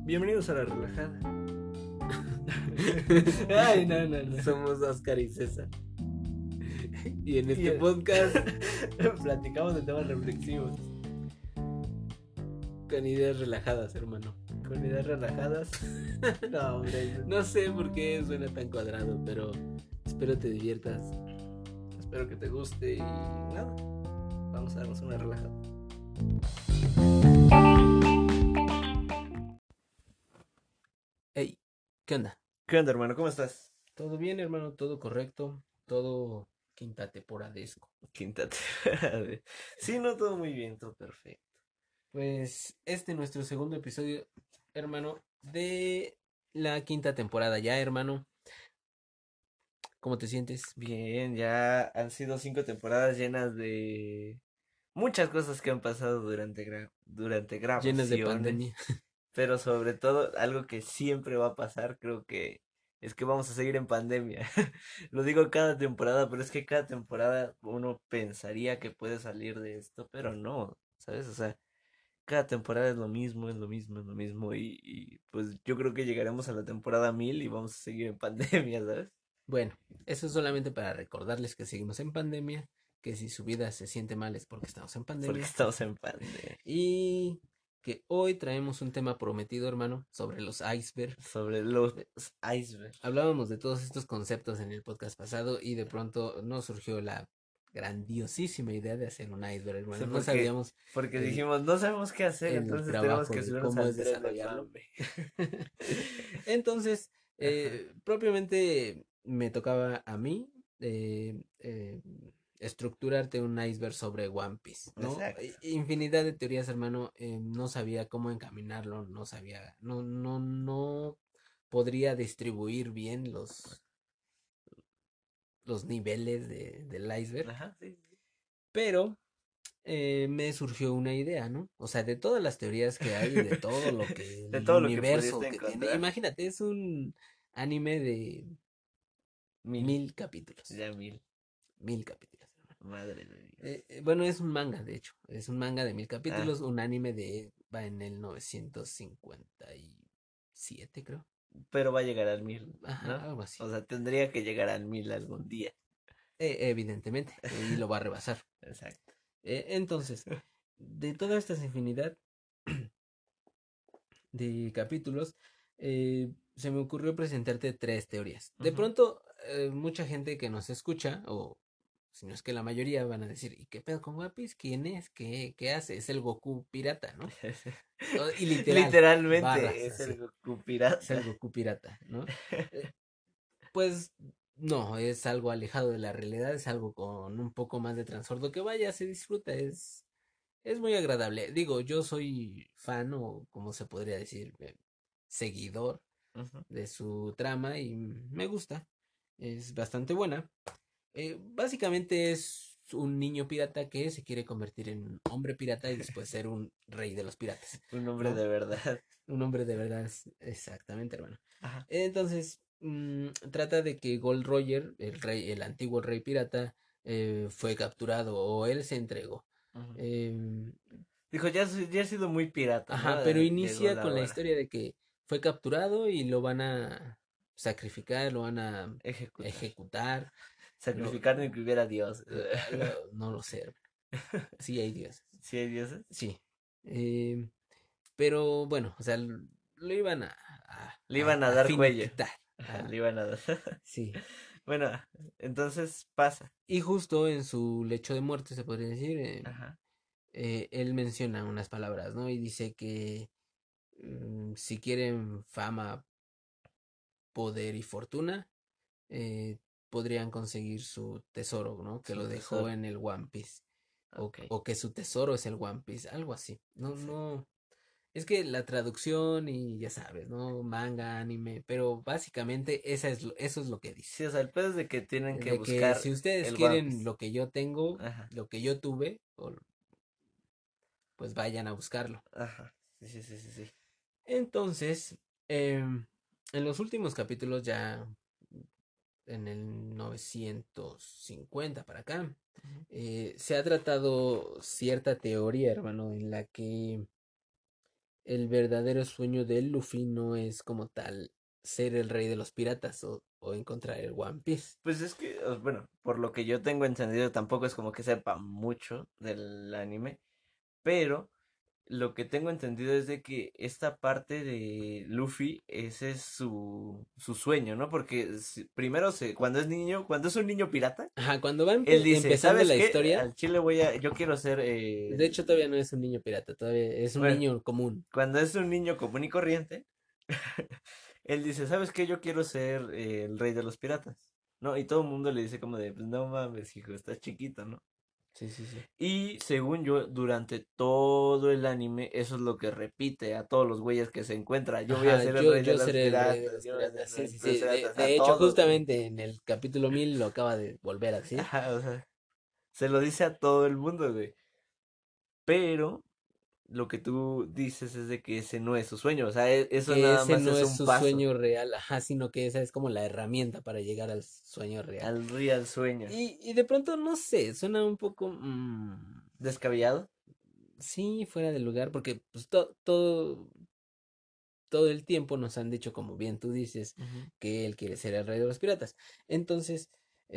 Bienvenidos a La Relajada. Ay, no. Somos Oscar y César. Y en este el- podcast platicamos de temas reflexivos, con ideas relajadas, hermano. con ideas relajadas. No, hombre, No sé por qué suena tan cuadrado, pero espero te diviertas. espero que te guste y nada, vamos a darnos una relajada. Hey, ¿qué onda? ¿Qué onda, hermano? ¿Cómo estás? ¿Todo bien, hermano? ¿Todo correcto? ¿Todo quinta temporadesco? Quinta temporada. Sí, no, todo muy bien, todo perfecto. Pues este es nuestro segundo episodio, hermano, de la quinta temporada ya, hermano. ¿Cómo te sientes? Bien, ya han sido 5 temporadas llenas de muchas cosas que han pasado durante Llenas de grabaciones. pandemia. Pero sobre todo, algo que siempre va a pasar, creo que es que vamos a seguir en pandemia. Lo digo cada temporada, pero es que cada temporada uno pensaría que puede salir de esto, pero no, ¿sabes? O sea, cada temporada es lo mismo, es lo mismo, es lo mismo. Y pues yo creo que llegaremos a la temporada 1000 y vamos a seguir en pandemia, ¿sabes? Bueno, eso es solamente para recordarles que seguimos en pandemia, que si su vida se siente mal es porque estamos en Porque pandemia estamos en pandemia. y que hoy traemos un tema prometido, hermano, sobre los iceberg. Sobre los icebergs. Hablábamos de todos estos conceptos en el podcast pasado y de pronto nos surgió la grandiosísima idea de hacer un iceberg, Sí, hermano. No porque, sabíamos porque el, dijimos, no sabemos qué hacer, el entonces tenemos trabajo que de subirnos cómo al es tren de desarrollarlo. mame. Entonces, Ajá, propiamente me tocaba a mí eh, eh, estructurarte un iceberg sobre One Piece, ¿no? exacto. Infinidad de teorías, hermano. No sabía cómo encaminarlo, no sabía, no podría distribuir bien los niveles del iceberg, Ajá, sí, sí. pero me surgió una idea, ¿no? O sea, de todas las teorías que hay, de todo lo que De el todo lo que universo pudiste que tiene, encontrar, imagínate, es un anime de 1000, 1000 capítulos. ya 1000. 1000 capítulos, hermano. Madre de Dios. Bueno, es un manga, de hecho. Es un manga de 1000 capítulos, Ah, un anime va en el 957, creo. pero va a llegar al 1000, Ajá, ¿no? algo así. O sea, tendría que llegar al 1000 algún día. Evidentemente, y lo va a rebasar. Exacto. Entonces, de toda esta infinidad de capítulos, se me ocurrió presentarte tres teorías. De Ujú. pronto, mucha gente que nos escucha, o si no es que la mayoría, van a decir, ¿y qué pedo con One Piece? ¿Quién es? ¿Qué hace? Es el Goku pirata, ¿no? Y literal, Literalmente barras es el así. Goku Es el pirata. Goku pirata, ¿no? Eh, pues no, es algo alejado de la realidad, es algo con un poco más de trasfondo que vaya, se disfruta, es muy agradable. Digo, yo soy fan o como se podría decir, seguidor Ujú. de su trama y me gusta. Es bastante buena. Básicamente es un niño pirata que se quiere convertir en un hombre pirata y después ser un rey de los piratas, Un hombre ¿no? de verdad. Un hombre de verdad, exactamente, hermano. Ajá. Entonces, trata de que Gold Roger, el antiguo rey pirata, fue capturado o él se entregó. Ujú. Em, Dijo, ya he sido muy pirata, ¿no? ajá, pero Llegó inicia la con la hora. historia de que fue capturado y lo van a sacrificar, lo van a Ejecutar. ejecutar. Lo, Sacrificar ni que hubiera Dios. no lo sé, hermano. Sí hay dioses. ¿Sí hay dioses? Sí. Em, pero bueno, o sea, lo iban Le iban a a dar cuello. finiquitar. Ajá, Ajá, le iban a dar. sí. Bueno, entonces pasa. Y justo en su lecho de muerte, se podría decir, Ajá. él menciona unas palabras, ¿no? Y dice que si quieren fama, poder y fortuna, eh, podrían conseguir su tesoro, ¿no? Que Su lo dejó tesoro. en el One Piece. Ok. O que su tesoro es el One Piece, algo así. No, Sí. no. Es que la traducción y ya sabes, ¿no? Manga, anime, pero básicamente eso es lo que dice. Sí, o sea, el pedo es de que tienen que De que buscar si ustedes el One quieren Piece. lo que yo tengo, Ajá. lo que yo tuve, pues vayan a buscarlo. Ajá. Sí, sí, sí, sí, sí. Entonces, en los últimos capítulos, ya en el 950 para acá, Ujú. se ha tratado cierta teoría, hermano, en la que el verdadero sueño de Luffy no es como tal ser el rey de los piratas o encontrar el One Piece. Pues es que, bueno, por lo que yo tengo entendido, tampoco es como que sepa mucho del anime, pero lo que tengo entendido es de que esta parte de Luffy, ese es su sueño, ¿no? Porque primero cuando es niño, cuando es un niño pirata, Ajá, cuando va él dice, empezando ¿sabes la qué? historia, Al chile yo quiero ser, de hecho todavía no es un niño pirata, todavía es un bueno, niño común. cuando es un niño común y corriente, él dice, ¿sabes qué? Yo quiero ser el rey de los piratas, ¿no? Y todo el mundo le dice como de, pues no mames, hijo, estás chiquito, ¿no? Sí, sí, sí. Y según yo, durante todo el anime, eso es lo que repite a todos los güeyes que se encuentra. Yo voy a Ajá, ser el rey de yo los seré el rey de piratas, los yo voy a ser piratas. el Sí, rey de sí, los sí. piratas, a De hecho, todos, güey. justamente en el capítulo 1000 lo acaba de volver a decir. Ajá, o sea, se lo dice a todo el mundo, güey. Pero lo que tú dices es de que ese no es su sueño, o sea, eso Que nada ese más no es es un su paso sueño real, ajá, sino que esa es como la herramienta para llegar al sueño real. al real sueño. Y de pronto, no sé, suena un poco, ¿Descabellado? sí, fuera de lugar, porque pues todo el tiempo nos han dicho, como bien tú dices, Ujú. que él quiere ser el rey de los piratas. Entonces,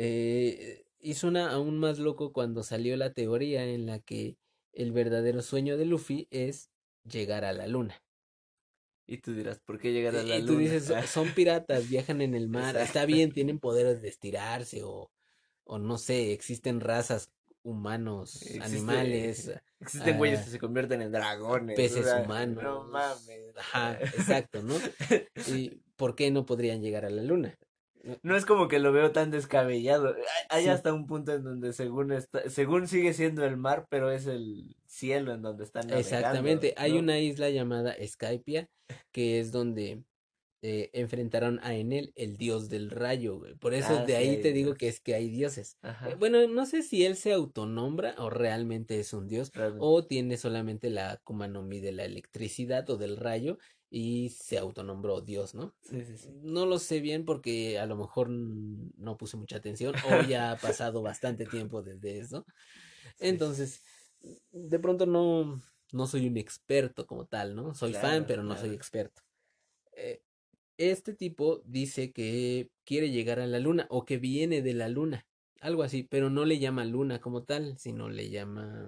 y suena aún más loco cuando salió la teoría en la que el verdadero sueño de Luffy es llegar a la luna. Y tú dirás, ¿por qué llegar a la Y tú luna? dices, Son piratas, viajan en el mar, está Exacto. bien, tienen poderes de estirarse o no sé, existen razas, humanos, animales, Existen güeyes ah, que se convierten en dragones, o peces sea, no humanos, mames. ajá, exacto, ¿no? ¿Y por qué no podrían llegar a la luna? No, No es como que lo veo tan descabellado. Hay sí, hasta un punto en donde según sigue siendo el mar, pero es el cielo en donde están navegando, exactamente. Hay ¿no? una isla llamada Skypia, que es donde enfrentaron a Enel, el dios del rayo, güey. Por eso Ah, de sí, ahí hay te digo Dios. que es que hay dioses. Ajá, Bueno, no sé si él se autonombra o realmente es un dios, realmente. o tiene solamente la Akuma no Mi de la electricidad o del rayo y se autonombró dios, ¿no? Sí, sí, sí. No lo sé bien porque a lo mejor no puse mucha atención o ya ha pasado bastante tiempo desde eso. Sí, sí, Entonces, de pronto no soy un experto como tal, ¿no? Soy fan, claro, pero no soy claro. experto. Eh, este tipo dice que quiere llegar a la luna o que viene de la luna, algo así, pero no le llama luna como tal, sino le llama,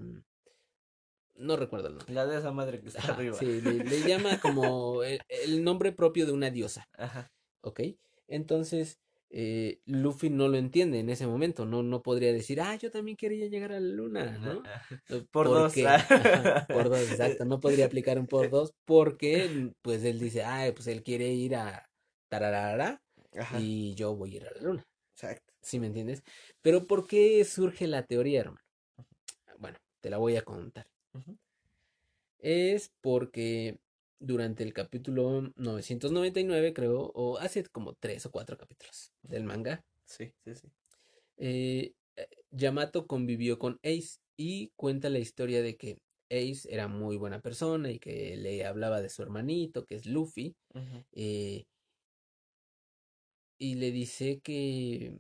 no recuerdo el nombre. La de esa madre que está Ajá, arriba. sí, le llama como el nombre propio de una diosa, Ajá. ¿ok? Entonces, Luffy no lo entiende en ese momento, no podría decir, yo también quería llegar a la luna, ¿no? Por dos. Porque, ajá, por dos, exacto, no podría aplicar un por dos porque, pues él dice, pues él quiere ir a tararara Ajá, y yo voy a ir a la luna, exacto. ¿sí me entiendes? Pero ¿por qué surge la teoría, hermano? Bueno, te la voy a contar. Ujú. Es porque durante el capítulo 999, creo, o hace como 3 o 4 capítulos del manga, Sí, sí, sí. Yamato convivió con Ace y cuenta la historia de que Ace era muy buena persona y que le hablaba de su hermanito, que es Luffy, Ujú. eh, y le dice que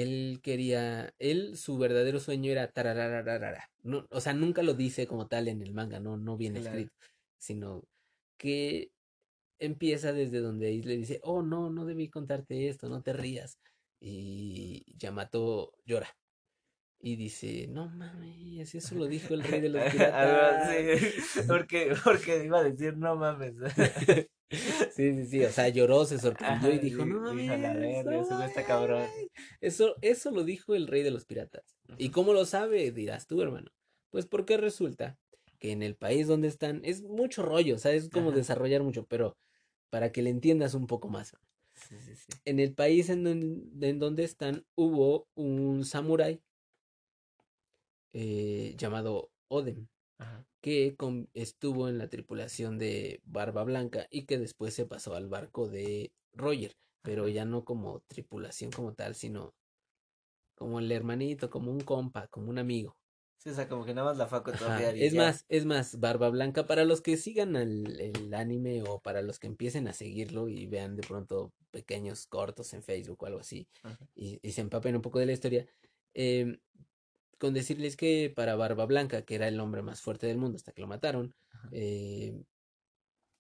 su verdadero sueño era tararararara. No, o sea, nunca lo dice como tal en el manga, no viene Claro. escrito, sino que empieza desde donde Ace le dice, oh, no debí contarte esto, no te rías. Y Yamato llora. Y dice, no mames, eso lo dijo el rey de los Algo piratas. así. Porque iba a decir, no mames. Sí, sí, sí, o sea, lloró, se sorprendió y Ajá, dijo, no dijo la mames, verga, no ese güey está cabrón. mames. Eso lo dijo el rey de los piratas. ¿Y Ujú. cómo lo sabe? Dirás tú, hermano. Pues porque resulta que en el país donde están, es mucho rollo, o sea, es como Ajá. desarrollar mucho, pero para que le entiendas un poco más. Sí, sí, sí. En el país en donde están hubo un samurái llamado Oden Ajá. que estuvo en la tripulación de Barba Blanca y que después se pasó al barco de Roger, pero Ajá. ya no como tripulación como tal, sino como el hermanito, como un compa, como un amigo. Sí, o sea, como que nada más la fue a Ajá, cotorrear y ya. es más, Barba Blanca, para los que sigan el anime o para los que empiecen a seguirlo y vean de pronto pequeños cortos en Facebook o algo así Ajá. y se empapen un poco de la historia, em, con decirles que para Barba Blanca, que era el hombre más fuerte del mundo hasta que lo mataron, Ajá. eh,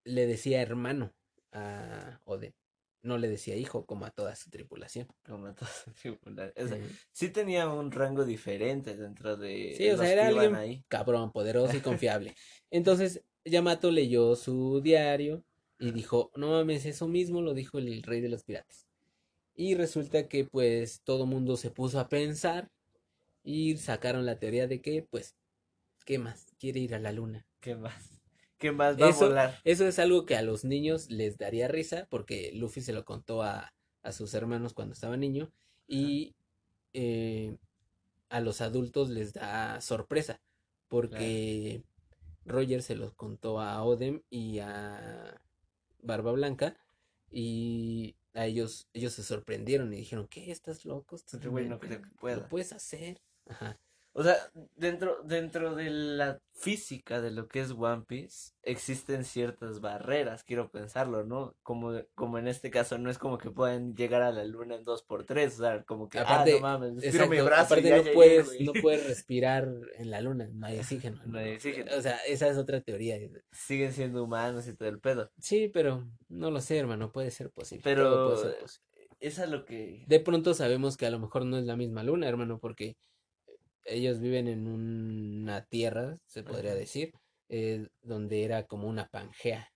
le decía hermano a Oden. No le decía hijo como a toda su tripulación. Como todos tripulares. O sea, Eh, sí tenía un rango diferente dentro de sí, o sea, los era que iban alguien ahí. cabrón, poderoso y confiable. Entonces, Yamato leyó su diario y dijo, no mames, eso mismo lo dijo el rey de los piratas. Y resulta que pues todo mundo se puso a pensar y sacaron la teoría de que pues, ¿qué más? Quiere ir a la luna. ¿Qué más? ¿Qué más va a Eso, volar? eso es algo que a los niños les daría risa porque Luffy se lo contó a sus hermanos cuando estaba niño Ajá, y eh, a los adultos les da sorpresa claro. porque Roger se los contó a Odem y a Barba Blanca y a ellos se sorprendieron y dijeron, ¿qué? ¿Estás loco? ¿Estás Este güey no demente? creo que ¿Lo pueda. puedes hacer? Ajá. O sea, dentro de la física de lo que es One Piece, existen ciertas barreras, quiero pensarlo, ¿no? Como en este caso, no es como que puedan llegar a la luna en dos por tres, o sea, como que, no Aparte, mames, estiro mi exacto, brazo y aparte ya no llegué, puedes, güey. no puedes respirar en la luna, no hay oxígeno, No hay hermano. oxígeno. O sea, esa es otra teoría. Siguen siendo humanos y todo el pedo. Sí, pero no lo sé, hermano, puede ser posible, todo puede Pero ser posible. es a lo que... De pronto sabemos que a lo mejor no es la misma luna, hermano, porque ellos viven en una tierra, se podría Ajá. decir, donde era como una pangea,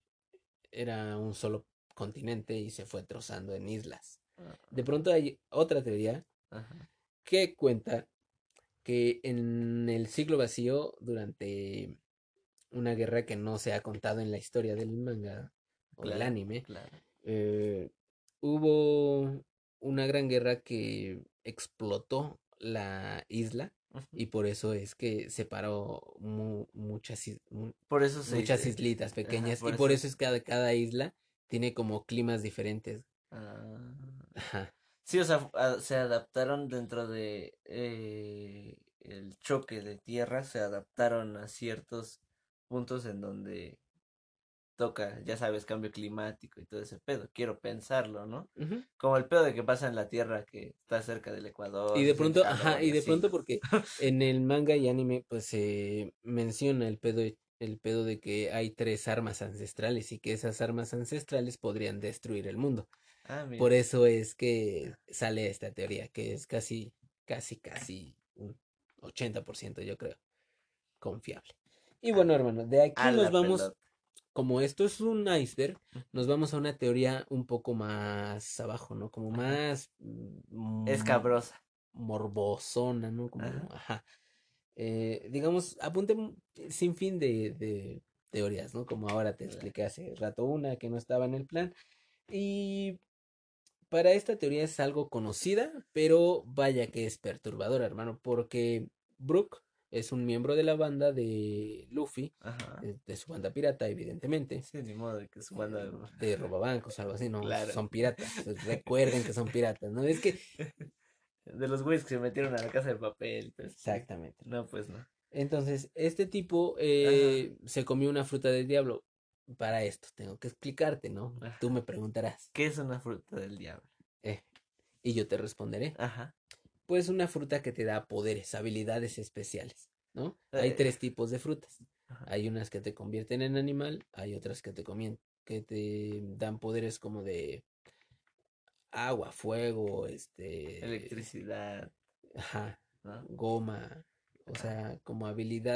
era un solo continente y se fue trozando en islas. De Ah, pronto hay otra teoría ajá, que cuenta que en el siglo vacío, durante una guerra que no se ha contado en la historia del manga o del claro, anime, claro. eh, hubo una gran guerra que explotó la isla Ujú. y por eso es que separó Por eso se muchas dice... islitas Ajá, pequeñas y por por eso... eso es que cada isla tiene como climas diferentes. Ah, Ajá. sí, o sea, se adaptaron dentro de el choque de tierra, se adaptaron a ciertos puntos en donde toca, ya sabes, cambio climático y todo ese pedo. Quiero pensarlo, ¿no? Ujú. Como el pedo de que pasa en la tierra que está cerca del Y Ecuador, de se siente pronto, ajá, calor y y de así. pronto porque en el manga y anime pues se menciona el pedo de que hay tres armas ancestrales y que esas armas ancestrales podrían destruir el mundo. Ah, Por mira. eso es que sale esta teoría, que es casi un 80% yo creo, confiable. Y A, bueno, hermano, de a aquí nos la vamos, pelota. como esto es un iceberg, Ujú. nos vamos a una teoría un poco más abajo, ¿no? Como Ajá. más Escabrosa. morbosona, ¿no? Como, Ajá. ajá. Digamos, apunte sin fin de teorías, ¿no? Como ahora te Claro. expliqué hace rato una que no estaba en el plan. Y para esta teoría es algo conocida, pero vaya que es perturbadora, hermano, porque Brook es un miembro de la banda de Luffy, Ajá. de su banda pirata, evidentemente, Sí, ni modo de que su banda... de robabancos, algo así, no, Claro. son piratas, recuerden que son piratas, ¿no? Es que, De los güeyes que se metieron a la casa de papel. Pues, exactamente. no, pues no. Entonces, este tipo Ajá, se comió una fruta del diablo. Para esto, tengo que explicarte, ¿no? Tú ajá. me preguntarás, ¿Qué es una fruta del diablo? eh, y yo te responderé. Ajá. Pues una fruta que te da poderes, habilidades especiales, ¿no? Hay Eh, tres tipos de frutas. ajá. Hay unas que te convierten en animal, hay otras que te dan poderes como de agua, fuego, Electricidad, ajá, ¿no? goma, o Ajá, sea, como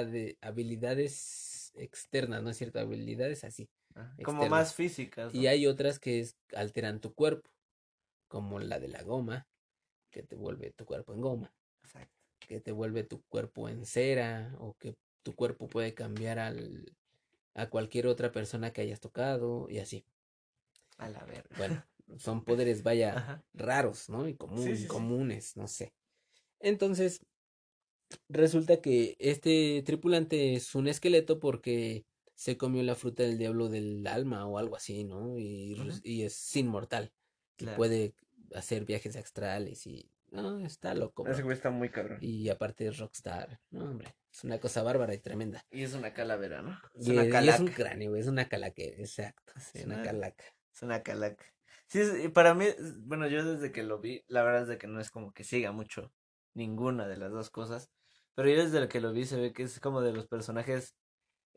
habilidades externas, ¿no es cierto? Habilidades así, ajá. Como más externas. físicas, Y ¿no? hay otras que alteran tu cuerpo, como la de la goma, que te vuelve tu cuerpo en goma, Exacto. que te vuelve tu cuerpo en cera, o que tu cuerpo puede cambiar a cualquier otra persona que hayas tocado, y así. A la verga. Bueno, son poderes, vaya, Ajá. raros, ¿no? Y Sí, sí, sí. incomunes, no sé. Entonces, resulta que este tripulante es un esqueleto porque se comió la fruta del diablo del alma o algo así, ¿no? Ujú. Y es inmortal y Claro. puede hacer viajes astrales y... No, está loco, Ese bro. güey está muy cabrón. Y aparte es rockstar. No, hombre, es una cosa bárbara y tremenda. Y es una calavera, ¿no? Es una Y es un calaca. cráneo, es una calaca, exacto. Sí, Es ¿no? una calaca. Es una calaca. Sí, y para mí, bueno, yo desde que lo vi, la verdad es de que no es como que siga mucho ninguna de las dos cosas, pero yo desde que lo vi se ve que es como de los personajes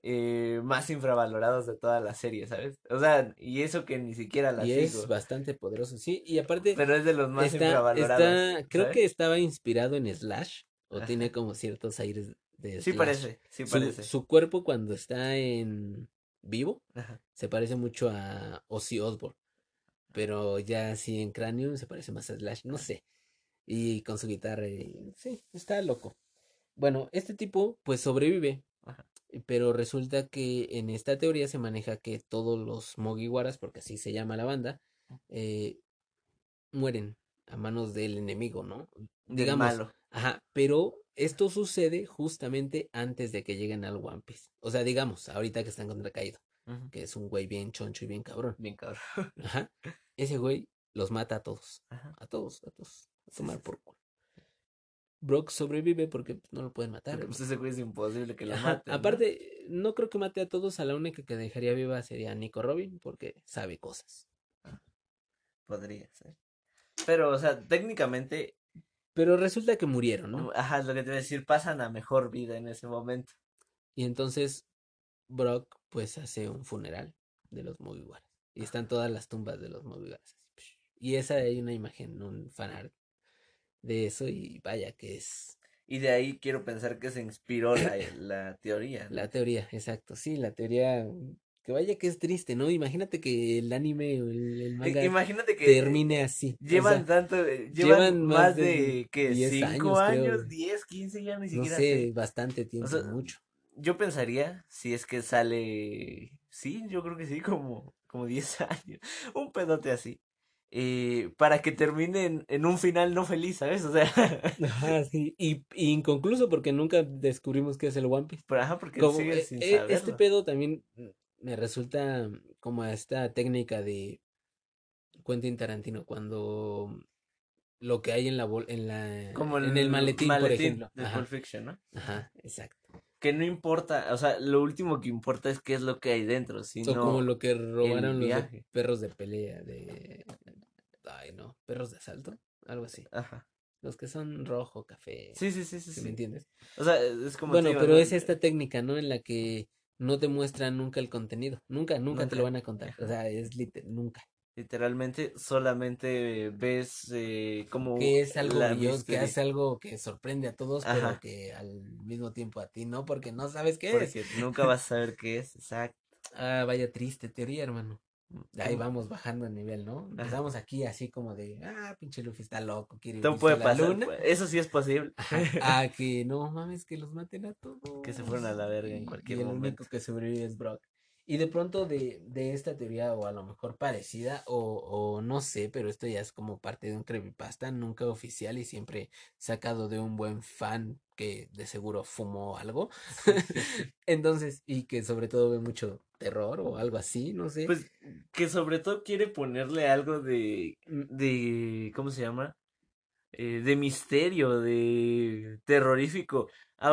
más infravalorados de toda la serie, ¿sabes? O sea, y eso que ni siquiera la Y es sigo, bastante poderoso, sí. Y aparte, pero es de los más infravalorados, creo ¿sabes? que estaba inspirado en Slash, o tiene Ajá. como ciertos aires de Sí Slash. parece, sí parece. Su cuerpo cuando está en vivo Ajá. se parece mucho a Ozzy Osbourne, pero ya así en cráneo se parece más a Slash, no sé. Y con su guitarra, sí, está loco. Bueno, este tipo pues sobrevive, Ajá. pero resulta que en esta teoría se maneja que todos los Mugiwaras, porque así se llama la banda, eh, mueren a manos del enemigo, ¿no? Del Digamos, malo. ajá, pero esto sucede justamente antes de que lleguen al One Piece. O sea, digamos, ahorita que están contra Kaido, Ujú. que es un güey bien choncho y bien cabrón. Bien cabrón. Ajá, ese güey los mata a todos, Ajá. a todos, a Sí, tomar sí, sí. por culo. Brock sobrevive porque pues, no lo pueden matar. Porque pues ese güey es imposible que lo Ajá, maten, ¿no? aparte, no creo que mate a todos, a la única que dejaría viva sería Nico Robin, porque sabe cosas. Ah, podría ser. Pero, o sea, técnicamente, Pero resulta que murieron, ¿no? ajá, es lo que te iba a decir, pasan a mejor vida en ese momento. Y entonces Brock pues hace un funeral de los Mugiwaras. Y están todas las tumbas de los Mugiwaras. Y esa hay una imagen, un fanart de eso y vaya que es Y de ahí quiero pensar que se inspiró la teoría, la ¿no? teoría, exacto. Sí, la teoría, que vaya que es triste, ¿no? Imagínate que el anime o el manga Imagínate que termine así. O llevan sea, tanto, llevan llevan más más de de, ¿qué? 10 ¿5 años, creo. años? ¿10, 15? Ya ni No siquiera sé, sé. bastante O tiempo, sea, mucho. yo pensaría, si es que sale, sí, yo creo que sí, como 10 años, un pedote así, para que termine en un final no feliz, ¿sabes? O sea, Ajá, sí. Y inconcluso porque nunca descubrimos qué es el One Piece. pero ajá, porque Como siguen sin este saberlo. pedo también me resulta como a esta técnica de Quentin Tarantino cuando lo que hay en Como en el el maletín, por maletín ejemplo. de Pulp Ajá, Fiction, ¿no? Ajá. ajá, exacto. Que no importa, o sea, lo último que importa es qué es lo que hay dentro, O como sino lo que el robaron los de viaje. perros de pelea de ay no, perros de asalto, algo así. Ajá. Los que son rojo, café, Sí, sí, sí, sí, si me sí. entiendes. O sea, es como te Bueno, digo, pero ¿no? es esta técnica, ¿no? En la que no te muestran nunca el contenido. Nunca, nunca te lo Nunca. van a contar. O Ajá. sea, es nunca. Literalmente solamente ves como Que es algo la brilloso, que misteria. hace algo que sorprende a todos, pero Ajá, que al mismo tiempo a ti no, porque no sabes qué es. porque nunca vas a saber qué es, exacto. Ah, vaya triste teoría, hermano. ¿Qué Ahí vamos bajando de nivel, ¿no? Ajá. Empezamos aquí así como de, pinche Luffy está loco, quiere Todo irse a puede la pasar, luna. eso sí es posible. Ajá, a que no mames, que los maten a Que se fueron a todos. la verga en Y cualquier el único momento. que sobrevive es Brock. Y de pronto de esta teoría, o a lo mejor parecida, o no sé, pero esto ya es como parte de un creepypasta, nunca oficial y siempre sacado de un buen fan que de seguro fumó algo. Sí, sí, sí. Entonces, y que sobre todo ve mucho terror o algo así, no sé. Pues que sobre todo quiere ponerle algo Mm, ¿cómo se llama? De misterio, de terrorífico,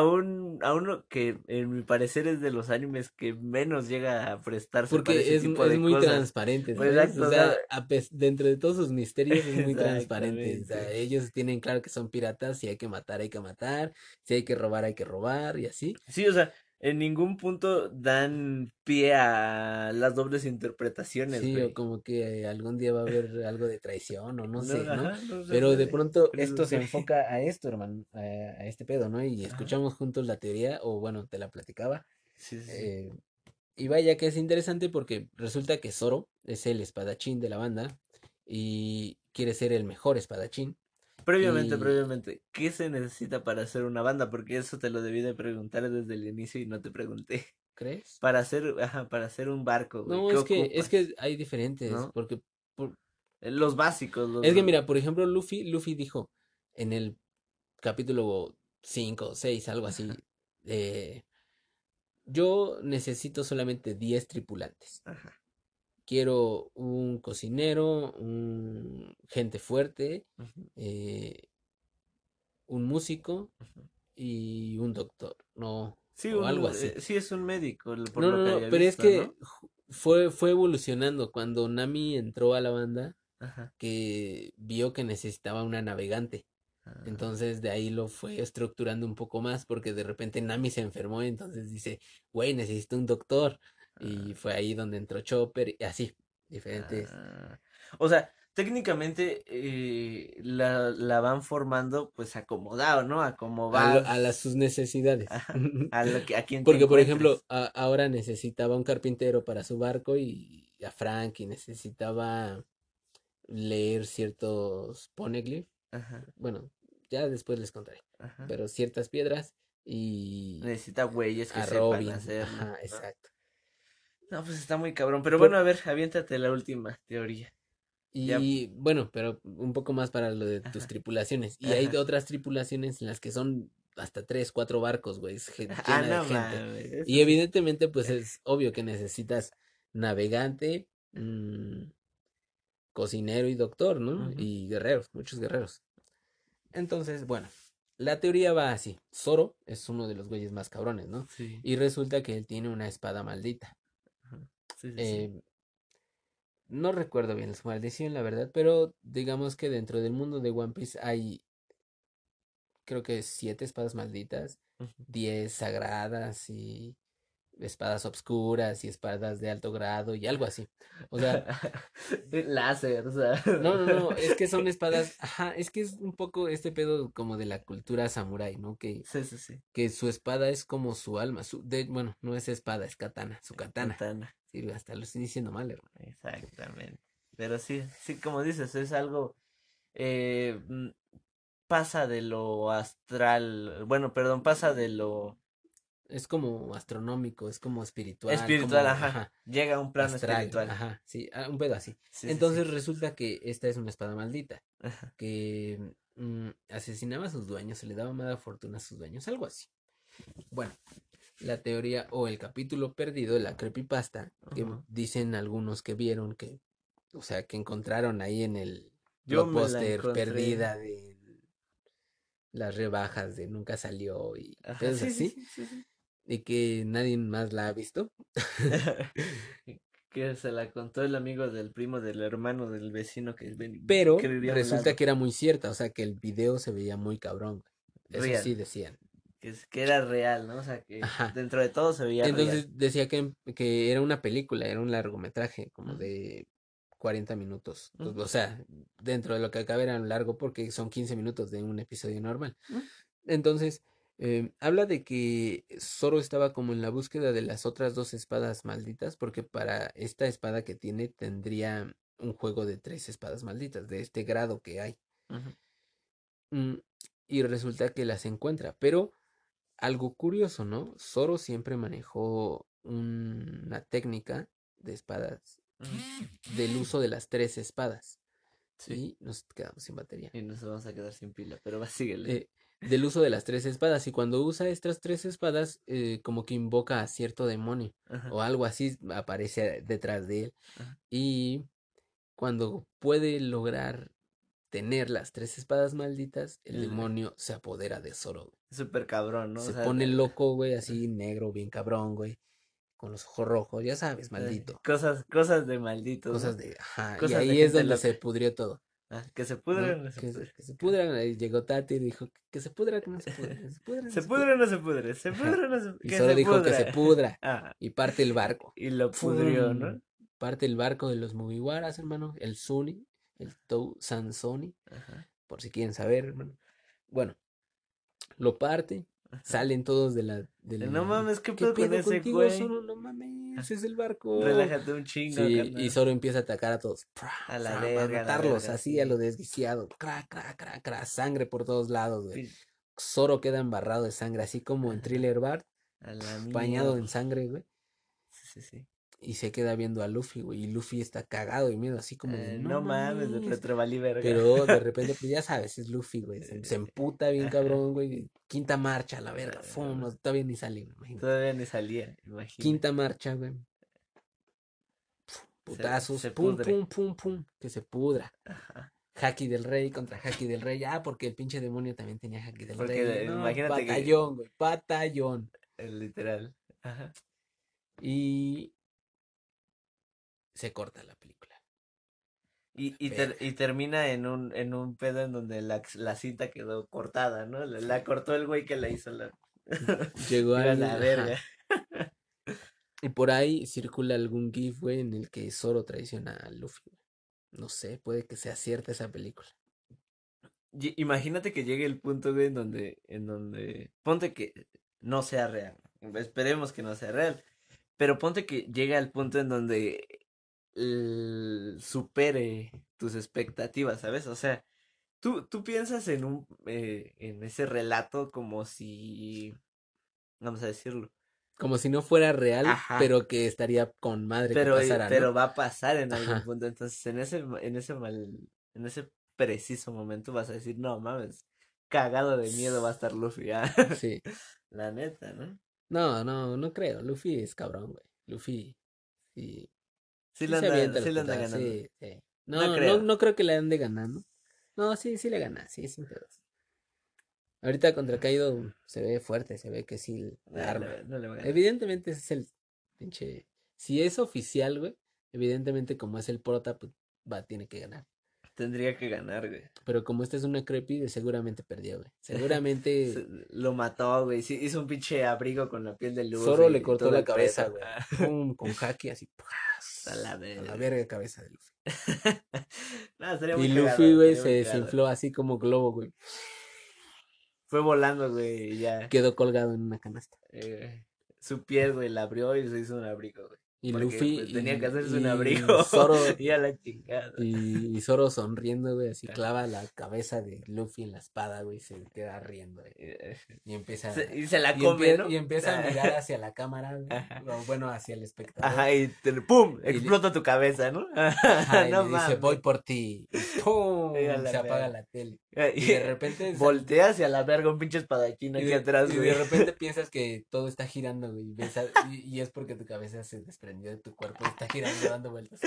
a uno que en mi parecer es de los animes que menos llega a prestarse para ese Porque tipo es de muy cosas. transparente, Pues ¿sabes? O exacto, o sea, sea, dentro de todos sus misterios es muy transparente. O sea, exactamente. ellos tienen claro que son piratas, si hay que matar, hay que matar, si hay que robar, hay que robar, y así. Sí, o sea, en ningún punto dan pie a las dobles interpretaciones, Sí, o güey. como que algún día va a haber algo de traición, o no No, sé, ¿no? ajá, no Pero de sucede. pronto Pero es esto se así. enfoca a esto, hermano, a este pedo, ¿no? Y Ajá. escuchamos juntos la teoría, o bueno, te la platicaba. Sí, sí, sí. eh, y vaya que es interesante porque resulta que Zoro es el espadachín de la banda y quiere ser el mejor espadachín. Y Previamente, ¿qué se necesita para hacer una banda? Porque eso te lo debí de preguntar desde el inicio y no te pregunté. ¿crees? Para hacer un barco, güey, No, ¿qué es ocupas? que hay diferentes, ¿No? porque por- Los básicos, es que mira, por ejemplo, Luffy dijo en el capítulo 5 o 6, algo así, eh, yo necesito solamente 10 tripulantes. Ajá, Quiero un cocinero, un gente fuerte, ujú, eh, un músico ujú. y un doctor, no, Sí, o algo así. sí es un médico, por No, lo no, que no, había pero es visto, que ¿no? fue evolucionando cuando Nami entró a la banda Ajá, que vio que necesitaba una navegante. Ah, Entonces de ahí lo fue estructurando un poco más porque de repente Nami se enfermó, entonces dice, güey, necesito un doctor. Y ah, fue ahí donde entró Chopper y así, diferentes, ah. O sea, técnicamente la van formando pues acomodado, ¿no? A como a las sus vas, necesidades. ajá, a lo que a quien te Porque, por ejemplo, encuentres. ahora necesitaba un carpintero para su barco y a Frank y necesitaba leer ciertos poneglyph. Ajá, Bueno, ya después les contaré. ajá. Pero ciertas piedras y Necesita güeyes que a sepan Robin. hacerlo, Ajá, ¿no? exacto. No, pues está muy cabrón. Pero Por- bueno, a ver, aviéntate la última teoría. Ya, y bueno, pero un poco más para lo de tus ajá, tripulaciones. Y hay ajá. otras tripulaciones en las que son hasta tres, cuatro barcos, güey, es Ah, llena de no gente. mames, eso Y sí. evidentemente, pues es obvio que necesitas navegante, cocinero y doctor, ¿no? Ujú, Y guerreros, muchos guerreros. Entonces, bueno, la teoría va así. Zoro es uno de los güeyes más cabrones, ¿no? sí, Y resulta que él tiene una espada maldita. ajá, sí, sí, sí. Eh, no recuerdo bien su maldición, la verdad, pero digamos que dentro del mundo de One Piece hay, creo que 7 espadas malditas, Ujú. 10 sagradas y espadas obscuras y espadas de alto grado y algo así. O sea, Láser, o sea. no, no, no, es que son espadas, ajá, es que es un poco este pedo como de la cultura samurái, ¿no? Sí, sí, sí. Que su espada es como su alma, bueno, no es espada, es katana, su katana. Katana. Sí, hasta lo estoy diciendo mal, hermano. Exactamente. Pero sí, sí, como dices, es algo. eh, mm, Pasa de lo astral. Bueno, perdón, pasa de lo Es como astronómico, es como espiritual, espiritual, como, ajá. ajá, Llega a un plano astral, espiritual. ajá, sí, un pedo así. Sí, sí, sí. Entonces resulta que esta es una espada maldita, Ajá. que asesinaba a sus dueños, se le daba mala fortuna a sus dueños, algo así. Bueno, la teoría o el capítulo perdido de la creepypasta, que Ajá. dicen algunos que vieron que, o sea, que encontraron ahí en el Yo me la blockbuster encontré. perdida de las rebajas de nunca salió y Ajá, pedos sí, sí, así, sí, sí, sí. y que nadie más la ha visto. Que se la contó el amigo del primo del hermano del vecino que Pero vivía a un resulta lado. que era muy cierta, o sea, que el video se veía muy cabrón. Eso Real. sí decían. Que era real, ¿no? O sea, que Ajá. dentro de todo se veía real. Entonces decía que era una película, era un largometraje, como Ujú, de 40 minutos. ujú, O sea, dentro de lo que acaba era largo porque son 15 minutos de un episodio normal. ujú. Entonces, habla de que Zoro estaba como en la búsqueda de las otras dos espadas malditas, porque para esta espada que tiene tendría un juego de 3 espadas malditas, de este grado que hay. Ujú. Mm, y resulta que las encuentra, pero algo curioso, ¿no? Zoro siempre manejó una técnica de espadas, Ujú. del uso de las 3 espadas. Sí, Y nos quedamos sin batería. y nos vamos a quedar sin pila, pero va, síguele. eh, del uso de las 3 espadas. Y cuando usa estas 3 espadas, como que invoca a cierto demonio Ajá, o algo así aparece detrás de él. ajá. Y cuando puede lograr tener las 3 espadas malditas, el El demonio se apodera de Zoro. súper cabrón, ¿no? O Se sea, pone loco, güey, así negro, bien cabrón, güey, con los ojos rojos, ya sabes, maldito. cosas de malditos, ¿no? Cosas de, ajá, y Cosas de ahí es gente donde loca. se pudrió todo. Ah, que se ¿No? pudre o no se pudre. Que se pudra, ahí llegó Tati y dijo que se pudra, que no se pudra, que se pudra, no Se se pudre pudra. o no se pudre, se Ajá. pudre o no se Y que solo se dijo que se pudra. pudra Ah, y parte el barco. y lo pudrió, ¡Fum! ¿no? Parte el barco de los Mugiwaras, hermano. El Suni, el Tou Sansoni, Ajá, por si quieren saber, hermano. Bueno, lo parte, ajá. salen todos No mames, ¿qué ¿Qué pedo con pedo ese contigo, güey? Zoro? No mames, es el barco. Relájate un chingo, Sí, y carnal. Zoro empieza a atacar a todos. A la Para verga, a la matarlos verga, así a sí. lo desquiciado. Cra, cra, cra, cra, sangre por todos lados, güey. Pi- Zoro queda embarrado de sangre, así como en Ajá, Thriller Bark, a la bañado mierda. en sangre, güey. Sí, sí, sí. Y se queda viendo a Luffy, güey. Y Luffy está cagado de miedo, así como de no No mames, de mames. Petro valí verga. Pero de repente, pues ya sabes, es Luffy, güey. Se Eh, emputa bien Ajá. cabrón, güey. Quinta marcha, la verga. Fum, No, todavía ni sale, güey, imagínate. todavía ni salía, imagina. Quinta marcha, güey. Putazos, Se pum, pudre. pum, pum, pum. Que se pudra. Ajá. Haki del Rey contra Haki del Rey. Ah, porque el pinche demonio también tenía Haki del Rey. Porque No, imagínate que batallón, güey. Batallón. literal. Ajá. Y se corta la película. Verga. Y termina en un pedo en donde la cinta quedó cortada, ¿no? La cortó el güey que la hizo la... Llegó Digo, a la alguien, verga. ajá. Y por ahí circula algún GIF, güey, en el que Zoro traiciona a Luffy, güey. No sé, puede que sea cierta esa película. Imagínate que llegue el punto, güey, en donde, ponte que no sea real. Esperemos que no sea real. Pero ponte que llegue al punto en donde supere tus expectativas, ¿sabes? O sea, tú piensas en ese relato como si, vamos a decirlo, Como si no fuera real, ajá, pero que estaría con madre que pasara, ¿no? pero va a pasar en algún Ajá, punto. Entonces, en ese preciso momento vas a decir, no mames, cagado de miedo va a estar Luffy, ah. sí. La neta, ¿no? No, no, no creo. Luffy es cabrón, güey. Luffy, sí, sí se avienta Sí las le anda putadas, ganando. sí, sí. No No, no, creo. no creo que le ande ganando. No, sí, sí le gana, sí, sin pedos. Ahorita contra Kaido se ve fuerte, se ve que sí la arma. No le va a ganar. Evidentemente ese es el pinche. Si es oficial, güey, evidentemente como es el prota, pues tiene que ganar. Tendría que ganar, güey. Pero como esta es una creepy, seguramente perdió, güey. Seguramente Lo mató, güey. Sí, hizo un pinche abrigo con la piel de Zoro le Luffy y cortó todo la el cabeza, pedo. güey. Pum, con haki así. A la A la verga. verga cabeza de Luffy. No, sería muy Y Luffy, cagado, güey, sería se muy cagado. desinfló así como globo, güey. Fue volando, güey, y ya. Quedó colgado en una canasta. eh, Su piel, güey, la abrió y se hizo un abrigo, güey. Y Porque Luffy pues tenía que hacerse un abrigo y Zoro y a la chingada. y Zoro sonriendo, güey, así clava la cabeza de Luffy en la espada, güey, y se queda riendo, güey. Eh, Y empieza Y se la come, ¿no? y empieza a mirar hacia la cámara, güey, o bueno, hacia el espectador. Ajá, y ¡pum! Y le, Explota tu cabeza, ¿no? ajá, y No le dice, voy mames. por ti. Y A ¡pum! la Se apaga verga. la tele. Y Y de repente voltea hacia la verga un pinche espadachín aquí atrás, y güey. de repente piensas que todo está girando, güey. Y es porque tu cabeza se desprendió de tu cuerpo y está girando, dando vueltas.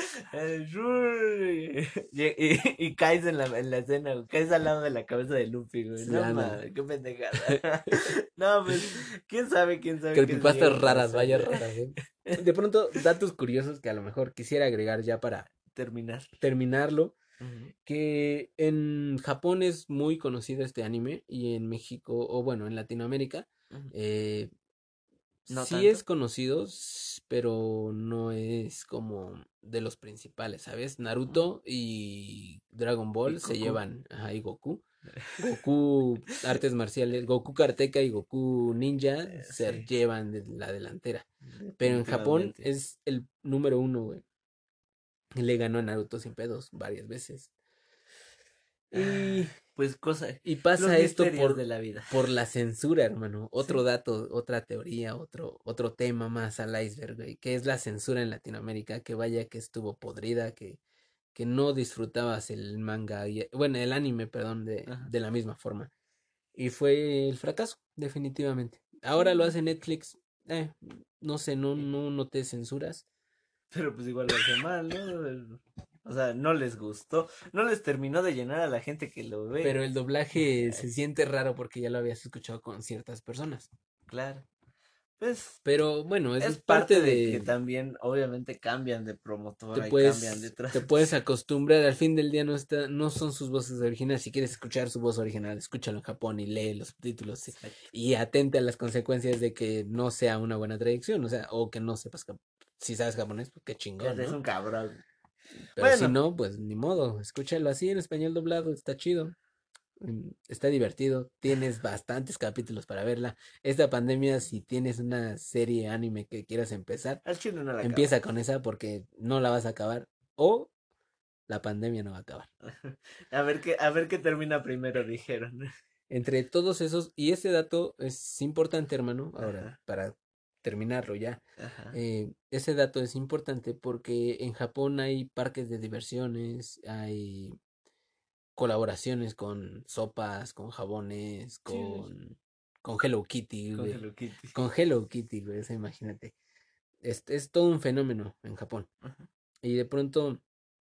Y caes en la escena, güey. Caes al lado de la cabeza de Luffy, güey. Sí, No ándale. mames, qué pendejada. No, pues, quién sabe qué se llega Creepypastas a raras, pasar. vaya raras, ¿eh? De pronto, datos curiosos que a lo mejor quisiera agregar ya para Terminar. terminarlo. Ujú, Que en Japón es muy conocido este anime y en México, o bueno, en Latinoamérica, ujú. eh, No sí es tanto. conocido, pero no es como de los principales, ¿sabes? Ujú. Naruto y Dragon Y Ball se Goku. llevan, ajá, y Goku. Goku artes marciales, Goku karateka y Goku ninja se Sí, llevan de la delantera. Pero en Japón definitivamente. es el número uno, güey. Le ganó a Naruto sin pedos varias veces. Ah, Y pues cosa, Y los pasa esto misterios de la vida. por la censura, hermano. Otro Sí, dato, otra teoría, otro tema más al iceberg, güey, que es la censura en Latinoamérica, que vaya que estuvo podrida, que no disfrutabas el manga, bueno, el anime, perdón, ajá, de la misma forma. Y fue el fracaso, definitivamente. Ahora lo sí. hace Netflix, eh, no sé, no noté censuras, Pero pues igual lo hace mal, ¿no? O sea, no les gustó, no les terminó de llenar a la gente que lo ve. pero el doblaje se siente raro porque ya lo habías escuchado con ciertas personas. Claro. Pues Pero bueno, eso es es parte parte de que de, también obviamente cambian de promotora y cambian de te puedes traducción. acostumbrar, al fin del día no son sus voces originales. Si quieres escuchar su voz original, escúchalo en Japón y lee los subtítulos Exacto. y atente a las consecuencias de que no sea una buena traducción, o sea, o que no sepas, si sabes japonés, pues qué chingón, Es ¿no? un cabrón. Pero si Bueno, no, pues ni modo, escúchalo así en español doblado, está chido. Está divertido, tienes bastantes capítulos para verla. Esta pandemia, si tienes una serie anime que quieras empezar, al chile no la empieza acabas. con esa porque no la vas a acabar o la pandemia no va a acabar. A ver qué termina primero, dijeron. Entre todos esos, y ese dato es importante, hermano, ahora, Ajá, para terminarlo ya, ajá. ese dato es importante porque en Japón hay parques de diversiones, hay colaboraciones con sopas, con jabones, Sí, con Hello Kitty, con güey. Hello Kitty. Con Hello Kitty, güey, o sea, imagínate. Es todo un fenómeno en Japón. Ajá. Y de pronto,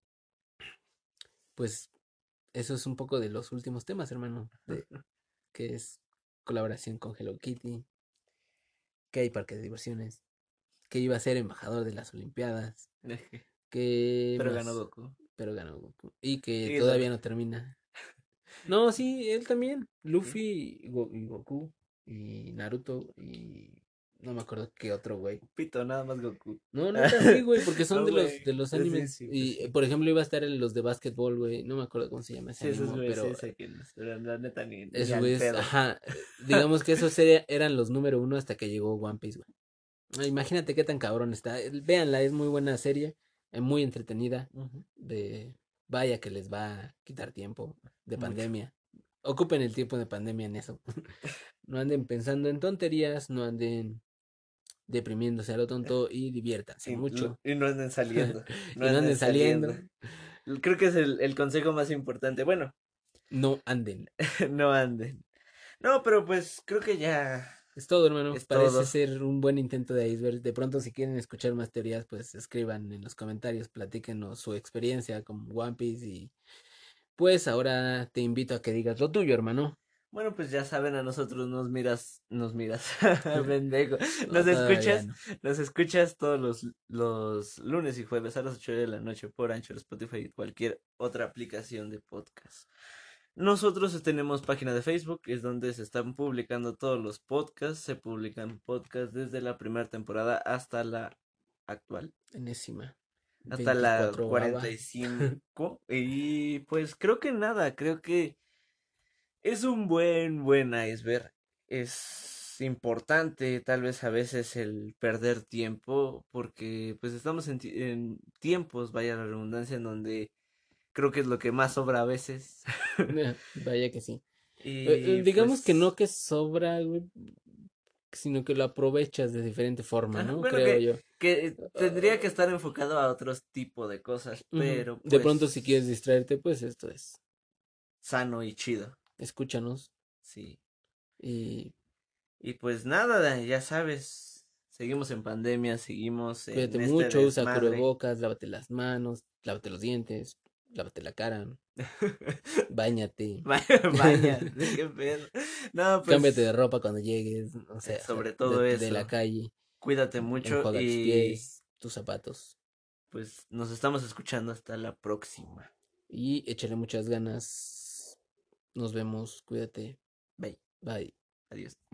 pues, eso es un poco de los últimos temas, hermano, de que es colaboración con Hello Kitty, que hay parques de diversiones, que iba a ser embajador de las Olimpiadas, ¿qué Pero ganó más? Goku. pero ganó Goku. Y que Y todavía no termina. No, sí, él también. sí, Luffy y Goku y Naruto y no me acuerdo qué otro güey. Pito, nada más Goku. No, neta sí, güey, porque son No, güey. de los Pues sí, animes sí, pues y sí. por ejemplo iba a estar en los de básquetbol, güey, no me acuerdo cómo se llama ese Sí, esos anime, güeyes sí pero sé quiénes. Pero la neta ni esos al güeyes, pedo. ajá, digamos que esos eran los número uno hasta que llegó One Piece, güey. Imagínate qué tan cabrón está. Véanla, es muy buena serie, muy entretenida. Ujú. De vaya que les va a quitar tiempo de Mucho. pandemia. Ocupen el tiempo de pandemia en eso. No anden pensando en tonterías, no anden deprimiéndose a lo tonto y diviértanse mucho. Y no anden saliendo. No Y no anden anden saliendo. saliendo, Creo que es el consejo más importante. Bueno, no anden. no anden. No, pero pues creo que ya Es todo, hermano. es Parece todo. ser un buen intento de iceberg. De pronto, si quieren escuchar más teorías, pues escriban en los comentarios, platíquenos su experiencia con One Piece y pues ahora te invito a que digas lo tuyo, hermano. Bueno, pues ya saben, a nosotros nos miras, pendejo, nos No, todavía escuchas, no. nos escuchas todos los lunes y jueves a las 8 de la noche por Anchor, Spotify y cualquier otra aplicación de podcast. Nosotros tenemos página de Facebook, es donde se están publicando todos los podcasts, se publican podcasts desde la primera temporada hasta la actual, Enésima. hasta la 24 cuarenta ava. y cinco y pues creo que nada, creo que es un buen iceberg. Es importante tal vez a veces el perder tiempo porque pues estamos en tiempos, vaya la redundancia, en donde creo que es lo que más sobra a veces. Vaya que sí. Y Digamos que pues, no que sobra, güey, sino que lo aprovechas de diferente forma, ajá, ¿no? bueno, Creo yo. que tendría que Ah, estar enfocado a otros tipos de cosas, ujú. pero De pronto, si quieres pues distraerte, pues esto es. sano y chido. Escúchanos Sí. y Y pues nada, ya sabes, seguimos en pandemia, seguimos en cuídate este mucho, usa desmadre. cubrebocas, lávate las manos, lávate los dientes, lávate la cara, báñate. Bañate, qué pedo. No, Cámbiate de pues ropa cuando llegues, o sea, sobre todo de la eso, calle, cuídate mucho enjuaga tus y pies, tus zapatos pues nos estamos escuchando hasta la próxima. y échale muchas ganas. Nos vemos, cuídate, Bye, bye. adiós.